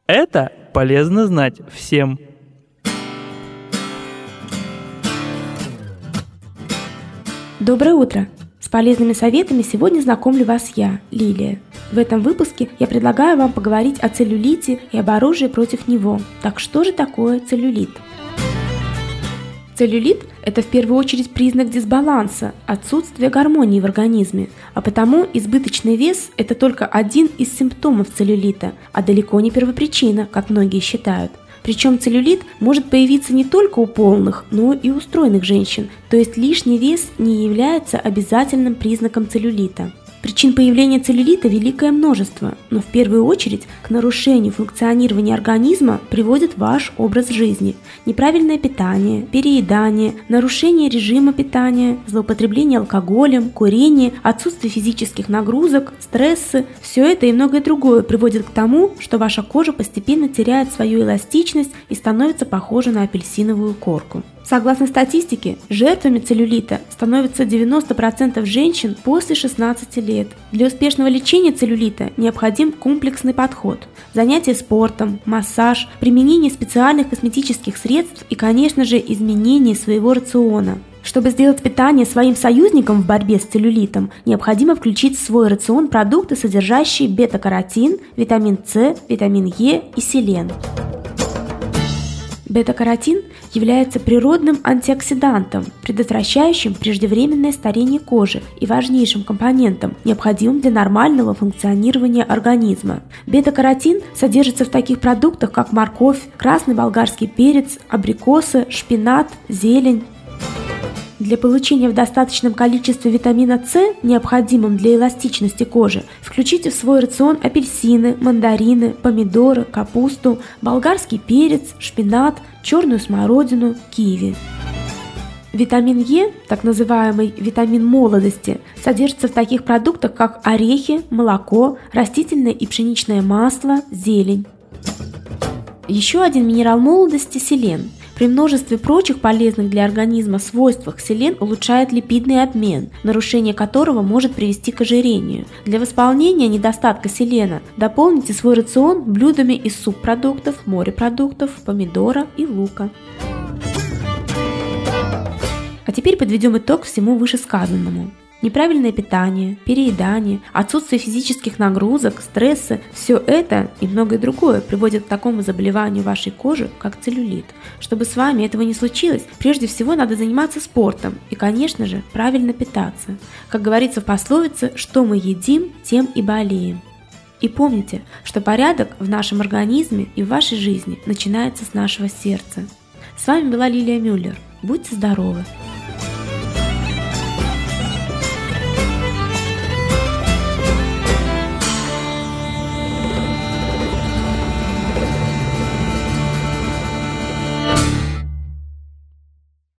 Это полезно знать всем. Доброе утро! С полезными советами сегодня знакомлю вас я, Лилия. В этом выпуске я предлагаю вам поговорить о целлюлите и об оружии против него. Так что же такое целлюлит? Целлюлит – это в первую очередь признак дисбаланса, отсутствия гармонии в организме, а потому избыточный вес – это только один из симптомов целлюлита, а далеко не первопричина, как многие считают. Причем целлюлит может появиться не только у полных, но и у стройных женщин, то есть лишний вес не является обязательным признаком целлюлита. Причин появления целлюлита великое множество, но в первую очередь к нарушению функционирования организма приводит ваш образ жизни. Неправильное питание, переедание, нарушение режима питания, злоупотребление алкоголем, курение, отсутствие физических нагрузок, стрессы – все это и многое другое приводит к тому, что ваша кожа постепенно теряет свою эластичность и становится похожа на апельсиновую корку. Согласно статистике, жертвами целлюлита становится 90% женщин после 16 лет. Для успешного лечения целлюлита необходим комплексный подход. Занятия спортом, массаж, применение специальных косметических средств и, конечно же, изменение своего рациона. Чтобы сделать питание своим союзником в борьбе с целлюлитом, необходимо включить в свой рацион продукты, содержащие бета-каротин, витамин С, витамин Е и селен. Бета-каротин является природным антиоксидантом, предотвращающим преждевременное старение кожи и важнейшим компонентом, необходимым для нормального функционирования организма. Бета-каротин содержится в таких продуктах, как морковь, красный болгарский перец, абрикосы, шпинат, зелень. Для получения в достаточном количестве витамина С, необходимым для эластичности кожи, включите в свой рацион апельсины, мандарины, помидоры, капусту, болгарский перец, шпинат, черную смородину, киви. Витамин Е, так называемый витамин молодости, содержится в таких продуктах, как орехи, молоко, растительное и пшеничное масло, зелень. Еще один минерал молодости – селен. При множестве прочих полезных для организма свойствах селен улучшает липидный обмен, нарушение которого может привести к ожирению. Для восполнения недостатка селена дополните свой рацион блюдами из субпродуктов, морепродуктов, помидора и лука. А теперь подведем итог всему вышесказанному. Неправильное питание, переедание, отсутствие физических нагрузок, стрессы – все это и многое другое приводит к такому заболеванию вашей кожи, как целлюлит. Чтобы с вами этого не случилось, прежде всего надо заниматься спортом и, конечно же, правильно питаться. Как говорится в пословице, что мы едим, тем и болеем. И помните, что порядок в нашем организме и в вашей жизни начинается с нашего сердца. С вами была Лилия Мюллер. Будьте здоровы!